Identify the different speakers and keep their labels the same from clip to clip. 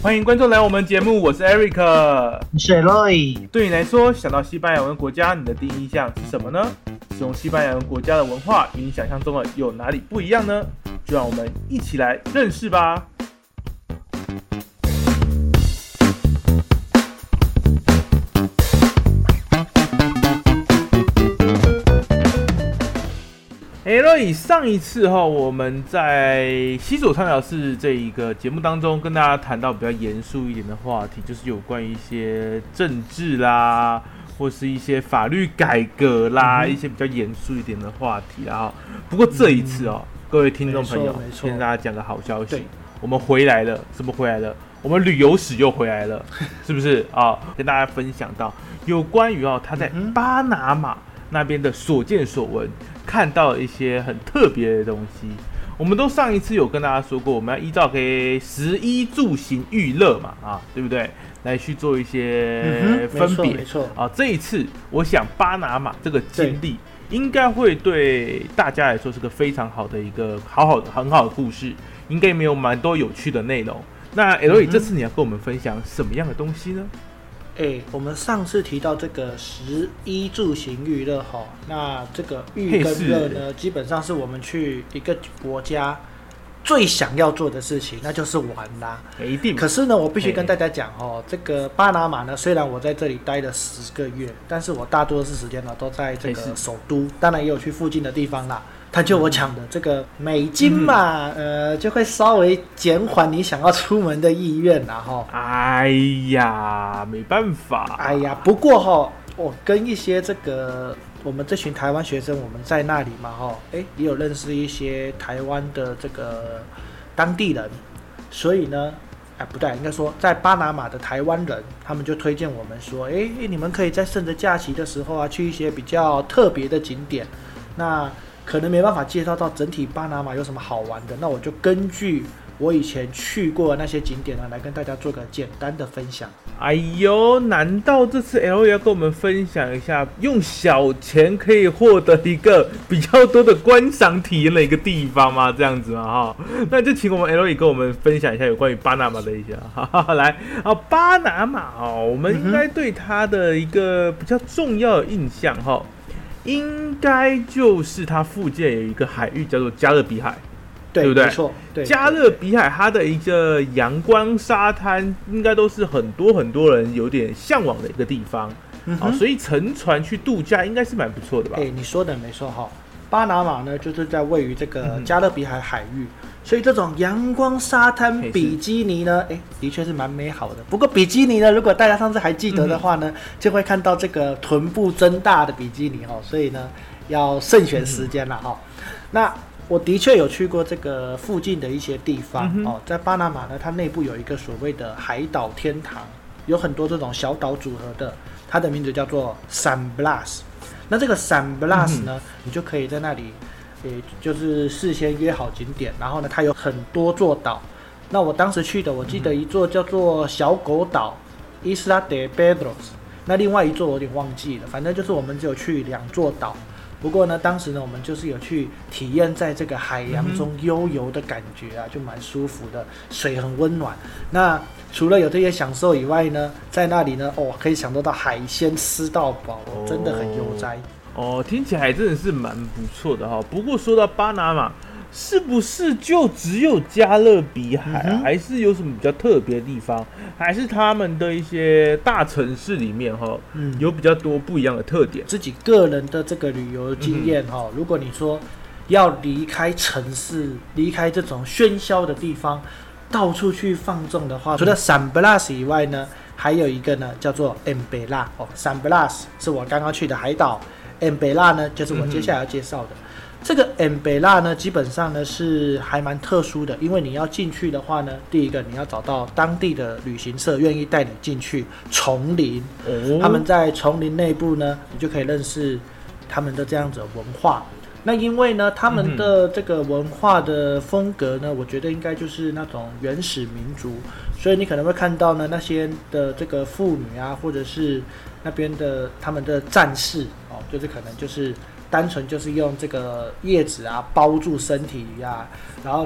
Speaker 1: 欢迎观众来我们节目，我是 Eric，
Speaker 2: 我是 Eloy。
Speaker 1: 对你来说，想到西班牙文国家，你的第一印象是什么呢？使用西班牙文国家的文化与你想象中的有哪里不一样呢？就让我们一起来认识吧。Eloy，上一次我们在西佐畅聊室这一个节目当中，跟大家谈到比较严肃一点的话题，就是有关于一些政治啦，或是一些法律改革啦，一些比较严肃一点的话题啦。不过这一次各位听众朋友，先跟大家讲个好消息，我们回来了。什么回来了？我们旅游史又回来了，是不是啊？跟大家分享到有关于他在巴拿马那边的所见所闻。看到一些很特别的东西，我们都上一次有跟大家说过，我们要依照给食衣住行娱乐嘛，对不对？来去做一些分别。
Speaker 2: 没错
Speaker 1: 这一次我想巴拿马这个经历应该会对大家来说是个非常好的一个很好的故事，应该没有蛮多有趣的内容。那 Eloy，这次你要跟我们分享什么样的东西呢？
Speaker 2: 我们上次提到这个食衣住行娱乐那这个娱跟乐呢，基本上是我们去一个国家最想要做的事情，那就是玩啦。
Speaker 1: 一定。
Speaker 2: 可是呢，我必须跟大家讲这个巴拿马呢，虽然我在这里待了10个月，但是我大多数时间呢都在这个首都，当然也有去附近的地方啦。他就我讲的这个美金嘛，就会稍微减缓你想要出门的意愿啦
Speaker 1: 哎呀，没办法。
Speaker 2: 不过我跟一些这个我们这群台湾学生，我们在那里嘛也有认识一些台湾的这个当地人，所以呢，不对，应该说在巴拿马的台湾人，他们就推荐我们说，你们可以在趁着假期的时候去一些比较特别的景点，那可能没办法介绍到整体巴拿马有什么好玩的，那我就根据我以前去过的那些景点呢，来跟大家做个简单的分享。
Speaker 1: 哎呦，难道这次 L 要跟我们分享一下用小钱可以获得一个比较多的观赏体验的一个地方吗？这样子吗？那就请我们 L 跟我们分享一下有关于巴拿马的一些。来巴拿马我们应该对它的一个比较重要的印象应该就是它附近有一个海域叫做加勒比海，对不对？没错，对。加勒比海它的一个阳光沙滩，应该都是很多人有点向往的一个地方。所以乘船去度假应该是蛮不错的吧？
Speaker 2: 你说的没错巴拿马呢，就是在位于这个加勒比海海域，所以这种阳光沙滩比基尼呢，的确是蛮美好的。不过比基尼呢，如果大家上次还记得的话呢，就会看到这个臀部增大的比基尼所以呢，要慎选时间了那我的确有去过这个附近的一些地方在巴拿马呢，它内部有一个所谓的海岛天堂，有很多这种小岛组合的，它的名字叫做 San Blas。那这个 San Blas 呢，你就可以在那里，就是事先约好景点，然后呢，它有很多座岛。那我当时去的，我记得一座叫做小狗岛 Isla de Pedros， 那另外一座我有点忘记了，反正就是我们只有去2座岛。不过呢，当时呢，我们就是有去体验在这个海洋中悠游的感觉就蛮舒服的，水很温暖。那除了有这些享受以外呢，在那里呢，可以享受到海鲜吃到饱，真的很悠哉。
Speaker 1: 听起来真的是蛮不错的不过说到巴拿马，是不是就只有加勒比海还是有什么比较特别的地方？还是他们的一些大城市里面有比较多不一样的特点？
Speaker 2: 自己个人的这个旅游经验如果你说要离开城市，离开这种喧嚣的地方，到处去放纵的话，除了 San Blas 以外呢，还有一个呢叫做 Embela。San Blas 是我刚刚去的海岛，Embela 呢就是我接下来要介绍的。这个 Embela 呢，基本上呢是还蛮特殊的，因为你要进去的话呢，第一个你要找到当地的旅行社愿意带你进去丛林，他们在丛林内部呢，你就可以认识他们的这样子的文化。那因为呢，他们的这个文化的风格呢，我觉得应该就是那种原始民族，所以你可能会看到呢那些的这个妇女或者是那边的他们的战士就是可能就是单纯就是用这个叶子包住身体然后呢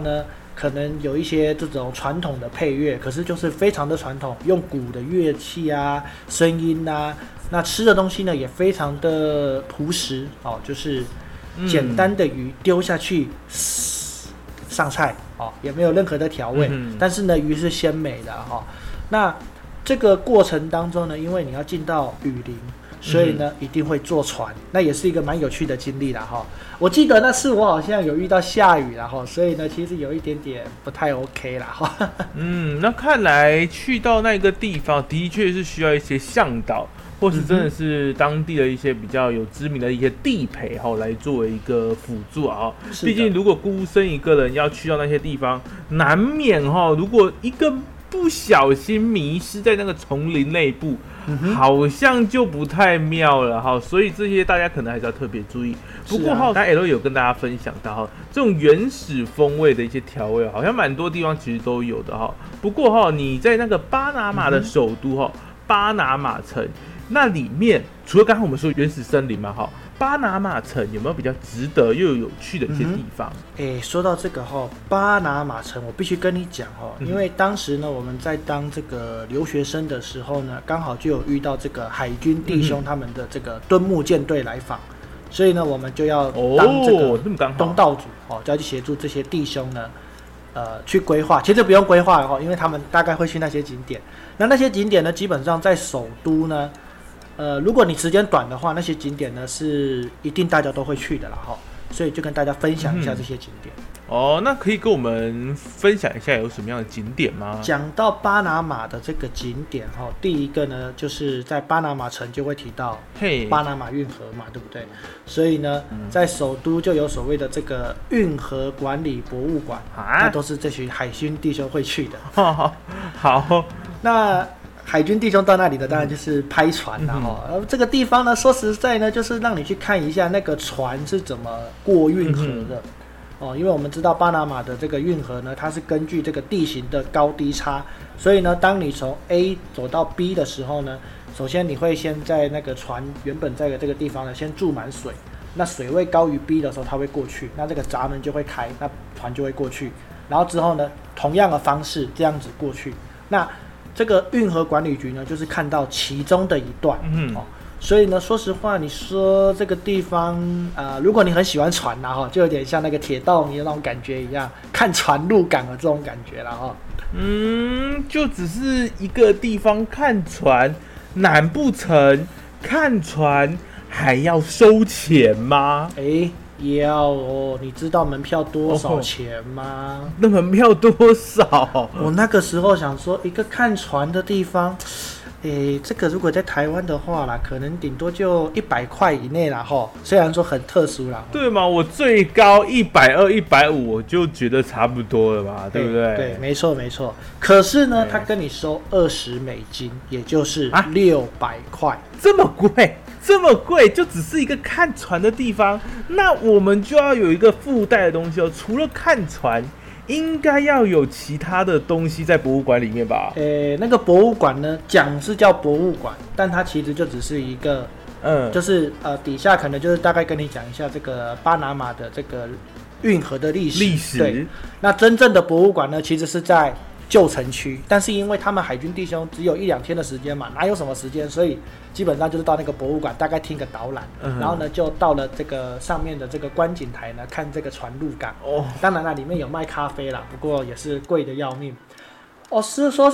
Speaker 2: 可能有一些这种传统的配乐，可是就是非常的传统，用鼓的乐器啊、声音啊。那吃的东西呢也非常的朴实哦，就是简单的鱼丢下去上菜哦，也没有任何的调味，但是呢鱼是鲜美的哈。那这个过程当中呢，因为你要进到雨林，所以呢一定会坐船，那也是一个蛮有趣的经历啦哈。我记得那次我好像有遇到下雨啦哈，所以呢其实有一点点不太 OK 啦哈。
Speaker 1: 那看来去到那个地方的确是需要一些向导。或是真的是当地的一些比较有知名的一些地陪来作为一个辅助啊。毕竟如果孤身一个人要去到那些地方，难免如果一个不小心迷失在那个丛林内部，好像就不太妙了哈。所以这些大家可能还是要特别注意。不过刚才 L 有跟大家分享到这种原始风味的一些调味，好像蛮多地方其实都有的哈。不过你在那个巴拿马的首都巴拿马城。那里面除了刚刚我们说原始森林嘛，巴拿马城有没有比较值得又有趣的一些地方？
Speaker 2: 说到这个巴拿马城，我必须跟你讲因为当时呢我们在当这个留学生的时候呢，刚好就有遇到这个海军弟兄他们的这个敦睦舰队来访，所以呢我们就要当这个东道主就要去协助这些弟兄呢。去规划，其实不用规划因为他们大概会去那些景点。那些景点呢，基本上在首都呢。如果你时间短的话，那些景点呢是一定大家都会去的啦所以就跟大家分享一下这些景点。
Speaker 1: 那可以跟我们分享一下有什么样的景点吗？
Speaker 2: 讲到巴拿马的这个景点第一个呢就是在巴拿马城就会提到巴拿马运河嘛，对不对？所以呢在首都就有所谓的这个运河管理博物馆那都是这群海军弟兄会去的。
Speaker 1: 好，
Speaker 2: 那海军弟兄到那里的当然就是拍船啦这个地方呢说实在呢就是让你去看一下那个船是怎么过运河的因为我们知道巴拿马的这个运河呢，它是根据这个地形的高低差，所以呢当你从 A 走到 B 的时候呢，首先你会先在那个船原本在的这个地方呢先注满水，那水位高于 B 的时候它会过去，那这个闸门就会开，那船就会过去，然后之后呢同样的方式这样子过去。那这个运河管理局呢就是看到其中的一段所以呢说实话你说这个地方如果你很喜欢船就有点像那个铁道迷的那种感觉一样，看船入港的这种感觉啦
Speaker 1: 就只是一个地方看船，难不成看船还要收钱吗？
Speaker 2: 要你知道门票多少钱吗？
Speaker 1: 那门票多少？
Speaker 2: 我那个时候想说一个看船的地方这个如果在台湾的话啦，可能顶多就100块以内啦虽然说很特殊啦。
Speaker 1: 对嘛，我最高120、150我就觉得差不多了嘛，对不对？
Speaker 2: 对，没错。可是呢，他跟你收$20，也就是600块，
Speaker 1: 这么贵，就只是一个看船的地方，那我们就要有一个附带的东西除了看船。应该要有其他的东西在博物馆里面吧？
Speaker 2: 那个博物馆呢，讲是叫博物馆，但它其实就只是一个，就是底下可能就是大概跟你讲一下这个巴拿马的这个运河的历史。对，那真正的博物馆呢，其实是在旧城区，但是因为他们海军弟兄只有1-2天的时间嘛，哪有什么时间，所以基本上就是到那个博物馆大概听个导览，然后呢就到了这个上面的这个观景台呢看这个船入港。当然了，里面有卖咖啡啦，不过也是贵的要命。是说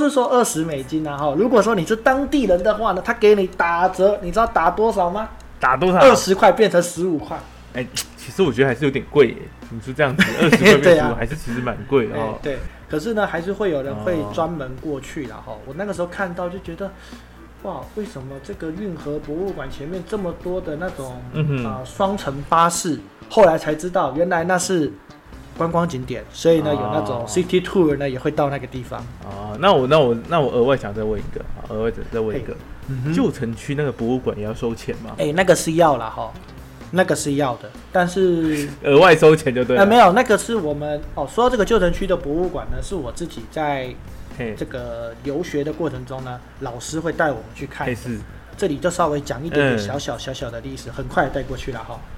Speaker 2: $20啊如果说你是当地人的话呢，他给你打折，你知道打多少吗？
Speaker 1: 打多少
Speaker 2: ？20块变成15块。
Speaker 1: 其实我觉得还是有点贵耶。你说这样子20块变15还是其实蛮贵的
Speaker 2: 对，可是呢还是会有人会专门过去啦我那个时候看到就觉得哇，为什么这个运河博物馆前面这么多的那种双层巴士？后来才知道原来那是观光景点，所以呢有那种 city tour 呢也会到那个地方。
Speaker 1: 那我额外想再问一个，旧城区那个博物馆也要收钱吗？
Speaker 2: 那个是要啦那个是要的，但是
Speaker 1: 额外收钱就对了。
Speaker 2: 没有，那个是我们说到这个旧城区的博物馆呢，是我自己在这个留学的过程中呢，老师会带我们去看。这里就稍微讲一点点小小的历史，很快带过去了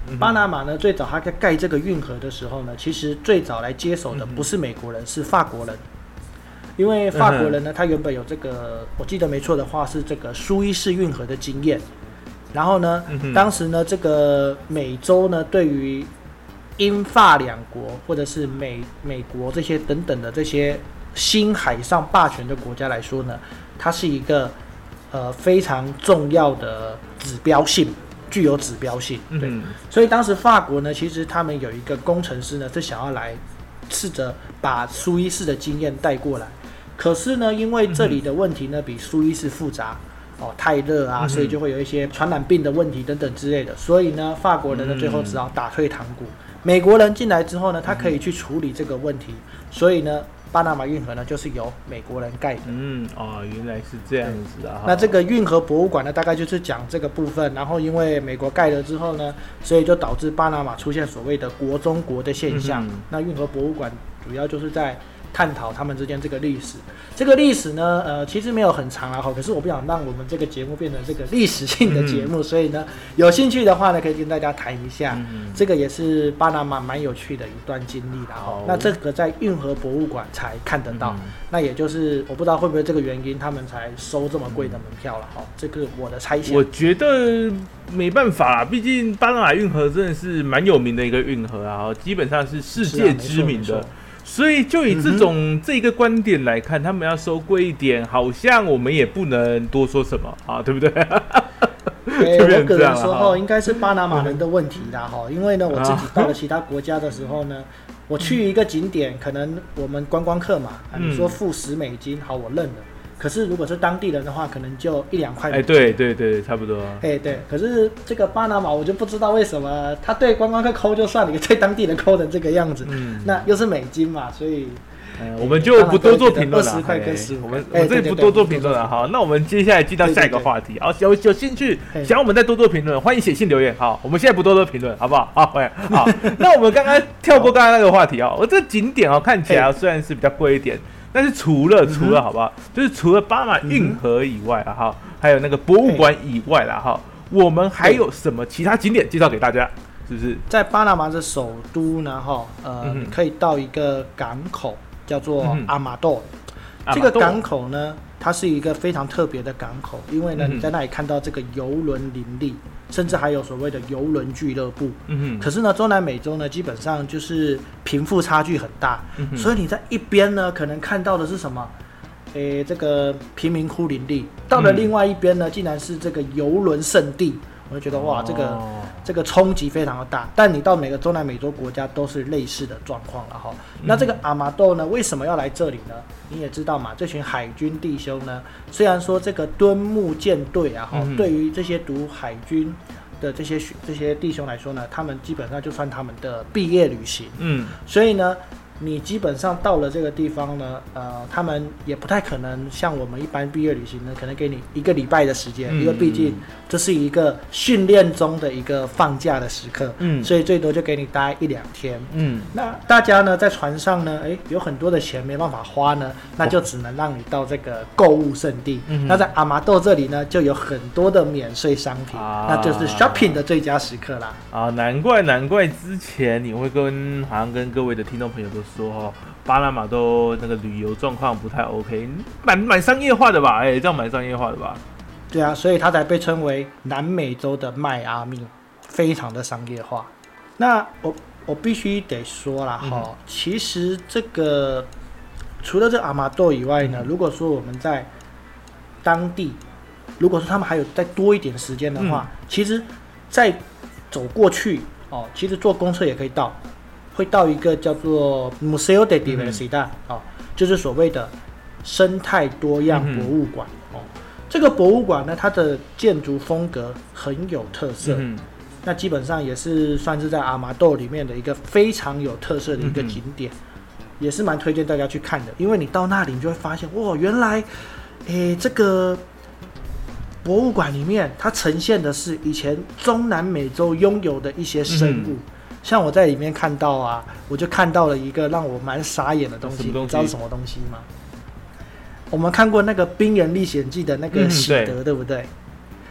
Speaker 2: 巴拿马呢，最早他在盖这个运河的时候呢，其实最早来接手的不是美国人，是法国人。因为法国人呢，他原本有这个，我记得没错的话是这个苏伊士运河的经验。然后呢，当时呢，这个美洲呢，对于英法两国或者是美国这些等等的这些新海上霸权的国家来说呢，它是一个非常重要的指标性，具有指标性。对，所以当时法国呢，其实他们有一个工程师呢，是想要来试着把苏伊士的经验带过来。可是呢，因为这里的问题呢比苏伊士复杂，太热啊，所以就会有一些传染病的问题等等之类的，所以呢，法国人呢最后只好打退堂鼓。美国人进来之后呢，他可以去处理这个问题，所以呢，巴拿马运河呢就是由美国人盖的。
Speaker 1: 原来是这样子啊。
Speaker 2: 那这个运河博物馆呢，大概就是讲这个部分。然后因为美国盖了之后呢，所以就导致巴拿马出现所谓的国中国的现象。那运河博物馆主要就是在探讨他们之间这个历史。这个历史呢，其实没有很长啦，可是我不想让我们这个节目变成这个历史性的节目，所以呢，有兴趣的话呢，可以跟大家谈一下。这个也是巴拿马蛮有趣的一段经历啦。那这个在运河博物馆才看得到。那也就是我不知道会不会这个原因，他们才收这么贵的门票了。这个我的猜想。我
Speaker 1: 觉得没办法啦，毕竟巴拿马运河真的是蛮有名的一个运河啊，基本上是世界知名的。所以就以这个观点来看，他们要收贵一点，好像我们也不能多说什么啊，对不对？
Speaker 2: 我个人说应该是巴拿马人的问题啦，因为呢，我自己到了其他国家的时候呢，我去一个景点，可能我们观光客嘛，你说付$10，好，我认了。可是如果是当地人的话，可能就1-2块。
Speaker 1: 对，差不多。
Speaker 2: 对。可是这个巴拿马，我就不知道为什么他对观光客抠就算了，对当地人抠成这个样子。那又是美金嘛，所以
Speaker 1: 我们就不多做评论了。
Speaker 2: 20块跟15，
Speaker 1: 我们这里不多做评论了。好，那我们接下来进到下一个话题。好，有兴趣想我们再多做评论，欢迎写信留言。好，我们现在不多做评论，好不好？好，那我们刚刚跳过刚刚那个话题我这景点看起来虽然是比较贵一点。但是除了好不好？就是除了巴拿马运河以外还有那个博物馆以外我们还有什么其他景点介绍给大家？是不是？
Speaker 2: 在巴拿马的首都呢？你可以到一个港口叫做阿马多。这个港口呢，它是一个非常特别的港口，因为呢，你在那里看到这个邮轮林立，甚至还有所谓的邮轮俱乐部。可是呢，中南美洲呢，基本上就是贫富差距很大，所以你在一边呢，可能看到的是什么？这个贫民窟林立，到了另外一边呢，竟然是这个邮轮圣地。我就觉得哇，这个冲击非常的大，但你到每个中南美洲国家都是类似的状况了那这个阿马豆呢，为什么要来这里呢？你也知道嘛，这群海军弟兄呢，虽然说这个敦睦舰队对于这些读海军的这些弟兄来说呢，他们基本上就算他们的毕业旅行。所以呢，你基本上到了这个地方呢，他们也不太可能像我们一般毕业旅行呢，可能给你1个礼拜的时间，因为毕竟这是一个训练中的一个放假的时刻，所以最多就给你待1-2天。那大家呢在船上呢，有很多的钱没办法花呢，那就只能让你到这个购物圣地。那在阿马豆这里呢，就有很多的免税商品，那就是 shopping 的最佳时刻啦。
Speaker 1: 难怪之前你会好像跟各位的听众朋友都说巴拿马都那个旅游状况不太 OK， 蛮商业化的吧？这样蛮商业化的吧？
Speaker 2: 对啊，所以它才被称为南美洲的迈阿密，非常的商业化。那我必须得说啦其实这个除了这阿马豆以外呢，如果说我们在当地，如果说他们还有再多一点时间的话，其实再走过去其实坐公车也可以到。会到一个叫做 Museo de Diversidad 就是所谓的生态多样博物馆这个博物馆呢，它的建筑风格很有特色，那基本上也是算是在阿马豆里面的一个非常有特色的一个景点，也是蛮推荐大家去看的。因为你到那里，你就会发现哇，原来这个博物馆里面它呈现的是以前中南美洲拥有的一些生物。像我在里面看到我就看到了一个让我蛮傻眼的东西，你知道是什么东西吗？我们看过那个《冰人历险记》的那个喜德，对不对？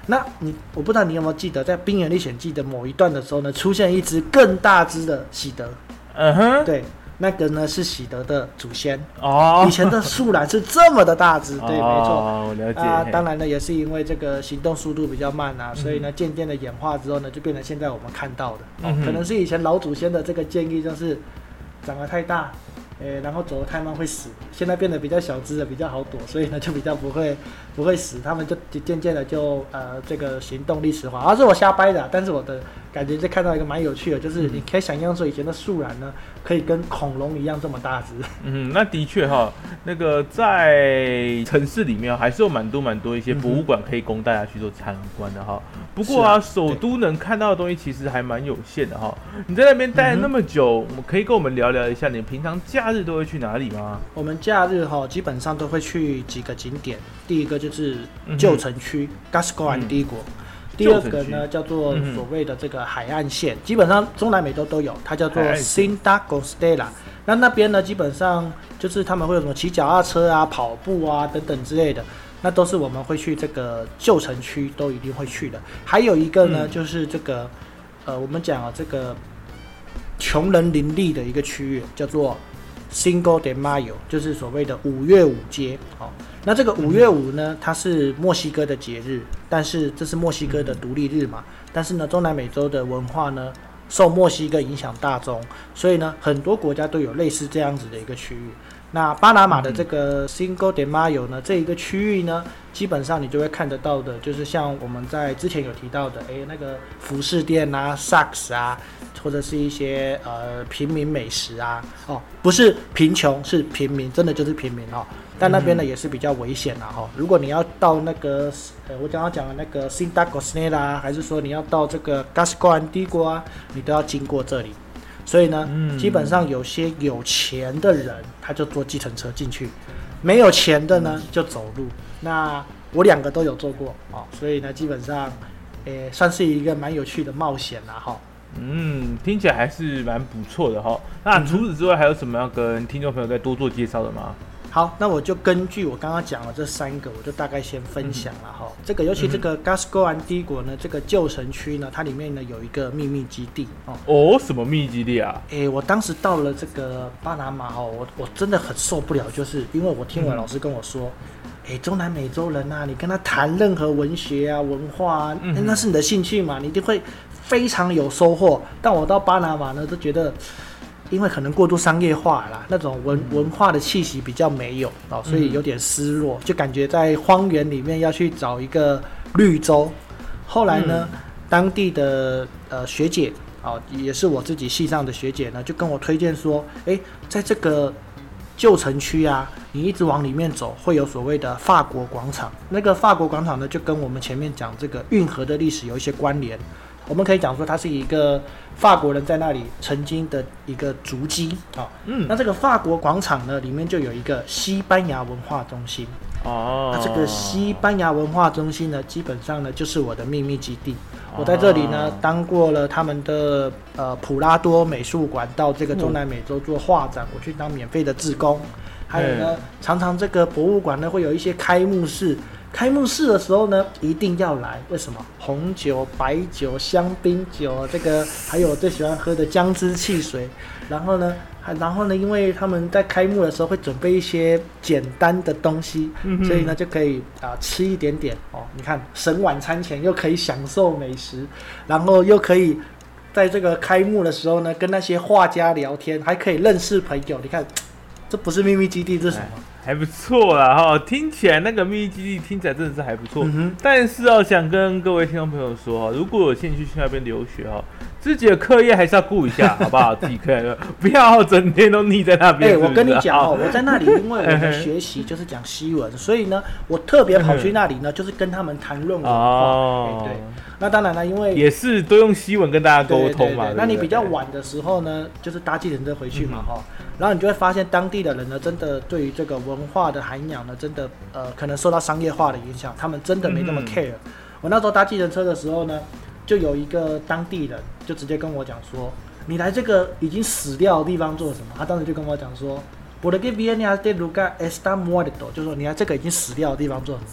Speaker 2: 那我不知道你有没有记得，在《冰原历险记》的某一段的时候呢，出现一只更大只的喜德。对，那个呢是喜德的祖先。以前的树懒是这么的大只，对，没错。
Speaker 1: 我了解。
Speaker 2: 当然呢，也是因为这个行动速度比较慢啊，所以呢，渐渐的演化之后呢，就变成现在我们看到的。可能是以前老祖先的这个建议，就是长得太大。然后走得太慢会死，现在变得比较小只的比较好躲，所以呢就比较不会死，他们就渐渐的就这个行动力迟缓，是我瞎掰的，但是我的感觉就看到一个蛮有趣的，就是你可以想象说以前的树懒呢可以跟恐龙一样这么大只。
Speaker 1: 那的确哈，那个在城市里面还是有蛮多一些博物馆可以供大家去做参观的哈。不过首都能看到的东西其实还蛮有限的哈。你在那边待了那么久，可以跟我们聊聊一下你平常假日都会去哪里吗？
Speaker 2: 我们假日基本上都会去几个景点，第一个就是旧城区 Gasco Antiguo，第二个呢叫做所谓的这个海岸线，基本上中南美洲都有，它叫做 Cinta Costera。那边呢基本上就是他们会有什么骑脚踏车啊、跑步啊等等之类的，那都是我们会去这个旧城区都一定会去的。还有一个呢就是这个我们讲这个穷人林立的一个区域叫做Cinco de Mayo， 就是所谓的5月5街。那这个5月5呢，它是墨西哥的节日，但是这是墨西哥的独立日嘛。但是呢，中南美洲的文化呢，受墨西哥影响大宗，所以呢，很多国家都有类似这样子的一个区域。那巴拿马的这个 Cinco de Mayo 呢，这一个区域呢，基本上你就会看得到的，就是像我们在之前有提到的，那个服饰店啊、Saks 啊，或者是一些平民美食啊，不是贫穷，是平民，真的就是平民哦。但那边呢也是比较危险的哈。如果你要到那个我刚刚讲的那个 Cinta Costera， 还是说你要到这个 Gasco Antiguo 啊，你都要经过这里。所以呢，基本上有些有钱的人他就坐计程车进去，没有钱的呢就走路。那我2个都有做过所以呢基本上算是一个蛮有趣的冒险啦哈。
Speaker 1: 听起来还是蛮不错的哈。那除此之外还有什么要跟听众朋友再多做介绍的吗？
Speaker 2: 好，那我就根据我刚刚讲的这3个，我就大概先分享了哈。这个尤其这个 Gasco Antiguo 呢，这个旧城区呢，它里面呢有一个秘密基地
Speaker 1: 什么秘密基地啊？
Speaker 2: 我当时到了这个巴拿马我真的很受不了，就是因为我听我老师跟我说，中南美洲人啊，你跟他谈任何文学啊、文化啊，那是你的兴趣嘛，你一定会非常有收获。但我到巴拿马呢，都觉得。因为可能过度商业化啦，那种文化的气息比较没有所以有点失落，就感觉在荒原里面要去找一个绿洲。后来呢，当地的学姐也是我自己系上的学姐呢，就跟我推荐说，在这个旧城区啊，你一直往里面走，会有所谓的法国广场。那个法国广场呢，就跟我们前面讲这个运河的历史有一些关联。我们可以讲说，它是一个法国人在那里曾经的一个足迹那这个法国广场呢，里面就有一个西班牙文化中心那这个西班牙文化中心呢，基本上呢就是我的秘密基地。我在这里呢当过了他们的普拉多美术馆到这个中南美洲做画展，我去当免费的志工。还有呢，常常这个博物馆呢会有一些开幕式。开幕式的时候呢，一定要来。为什么？红酒、白酒、香槟酒，这个还有我最喜欢喝的姜汁汽水。然后呢，因为他们在开幕的时候会准备一些简单的东西，所以呢就可以吃一点点你看，省晚餐钱又可以享受美食，然后又可以在这个开幕的时候呢跟那些画家聊天，还可以认识朋友。你看，这不是秘密基地，这是什么？
Speaker 1: 还不错啦哈，听起来那个秘密基地听起来真的是还不错。但是想跟各位听众朋友说如果有兴趣去那边留学自己的课业还是要顾一下，好不好？自己课业不要整天都腻在那边。
Speaker 2: 我跟你讲我在那里，因为我的学习就是讲西文，所以呢，我特别跑去那里呢，就是跟他们谈论文化。对。那当然了，因为
Speaker 1: 也是都用西文跟大家沟通嘛。
Speaker 2: 对。那你比较晚的时候呢，就是搭计程车回去嘛然后你就会发现当地的人呢，真的对于这个文化的涵养呢，真的可能受到商业化的影响，他们真的没那么 care。我那时候搭计程车的时候呢，就有一个当地人就直接跟我讲说，你来这个已经死掉的地方做什么？他当时就跟我讲说，我的 viene a este lugar está muerto， 就是说你来这个已经死掉的地方做什么？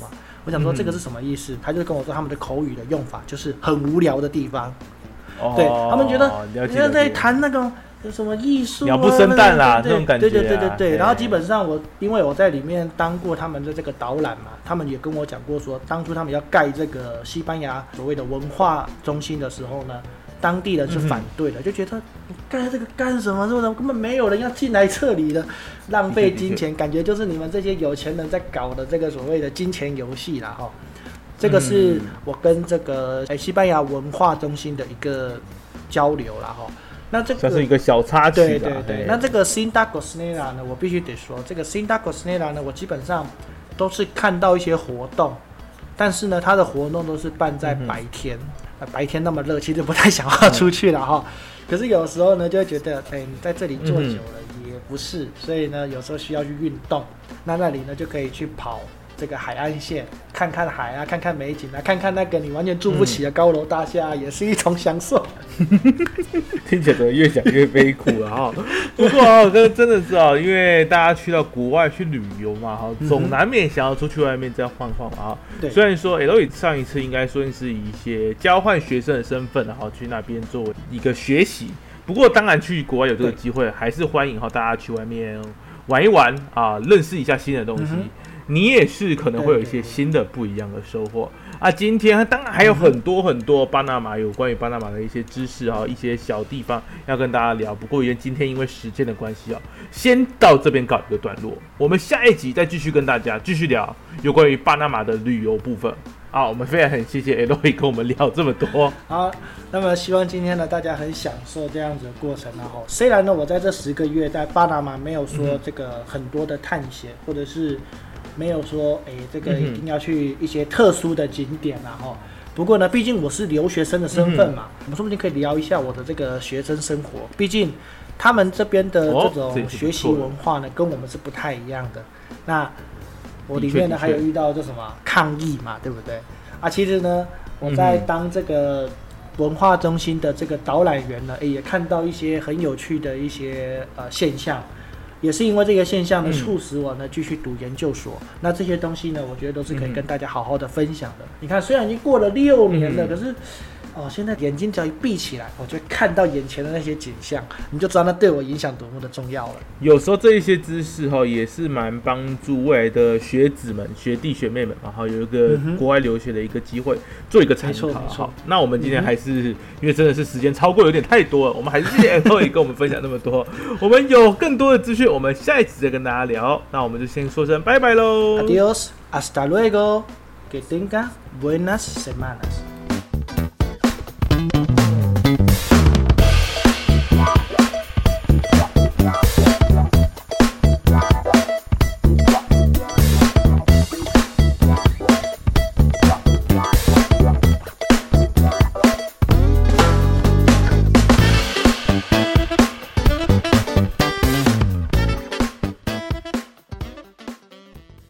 Speaker 2: 我想说这个是什么意思？他就跟我说他们的口语的用法就是很无聊的地方。对他们觉得你要在谈那种什么艺术
Speaker 1: 鸟不生蛋啦，那种感觉。
Speaker 2: 对。然后基本上因为我在里面当过他们的这个导览嘛，他们也跟我讲过说，当初他们要盖这个西班牙所谓的文化中心的时候呢，当地人是反对的，就觉得你盖这个干什么？是不是根本没有人要进来这里的，浪费金钱，感觉就是你们这些有钱人在搞的这个所谓的金钱游戏啦哈。这个是我跟这个西班牙文化中心的一个交流啦哈。那这个
Speaker 1: 算是一个小插曲吧。
Speaker 2: 对。那这个 Cinta Costanera 呢，我必须得说，这个 Cinta Costanera 呢，我基本上都是看到一些活动，但是呢，它的活动都是办在白天。白天那么热，其实不太想要出去了哈。可是有时候呢，就会觉得，你在这里坐久了也不是，所以呢，有时候需要去运动。那里呢，就可以去跑这个海岸线，看看海啊，看看美景啊，看看那个你完全住不起的高楼大厦，也是一种享受。
Speaker 1: 听起来怎么越讲越悲苦了哈。不过真的是因为大家去到国外去旅游嘛哈，总难免想要出去外面再晃晃啊。虽然说 Eloy 上一次应该说是以一些交换学生的身份然后去那边做一个学习，不过当然去国外有这个机会，还是欢迎大家去外面玩一玩啊，认识一下新的东西。你也是可能会有一些新的不一样的收获啊！今天当然还有很多很多巴拿马有关于巴拿马的一些知识一些小地方要跟大家聊。不过今天因为时间的关系先到这边告一个段落。我们下一集再继续跟大家继续聊有关于巴拿马的旅游部分。我们非常很谢谢 Eloy 跟我们聊这么多。
Speaker 2: 好，那么希望今天呢大家很享受这样子的过程虽然呢我在这10个月在巴拿马没有说这个很多的探险，或者是没有说这个一定要去一些特殊的景点不过呢，毕竟我是留学生的身份嘛，我们说不定可以聊一下我的这个学生生活。毕竟他们这边的这种学习文化呢，跟我们是不太一样的。那我里面呢还有遇到这什么抗议嘛，对不对？其实呢，我在当这个文化中心的这个导览员呢，也看到一些很有趣的一些现象。也是因为这个现象呢，促使我呢继续读研究所。那这些东西呢，我觉得都是可以跟大家好好的分享的。你看，虽然已经过了6年了，可是现在眼睛只要一闭起来，我就看到眼前的那些景象，你就知道那对我影响多么的重要了。
Speaker 1: 有时候这一些知识也是蛮帮助未来的学子们、学弟学妹们有一个国外留学的一个机会，做一个参考。好，那我们今天还是因为真的是时间超过有点太多了，我们还是谢谢 Eloy 跟我们分享那么多。我们有更多的资讯，我们下一集再跟大家聊。那我们就先说声拜拜喽
Speaker 2: ，Adios，hasta luego，que tenga buenas semanas。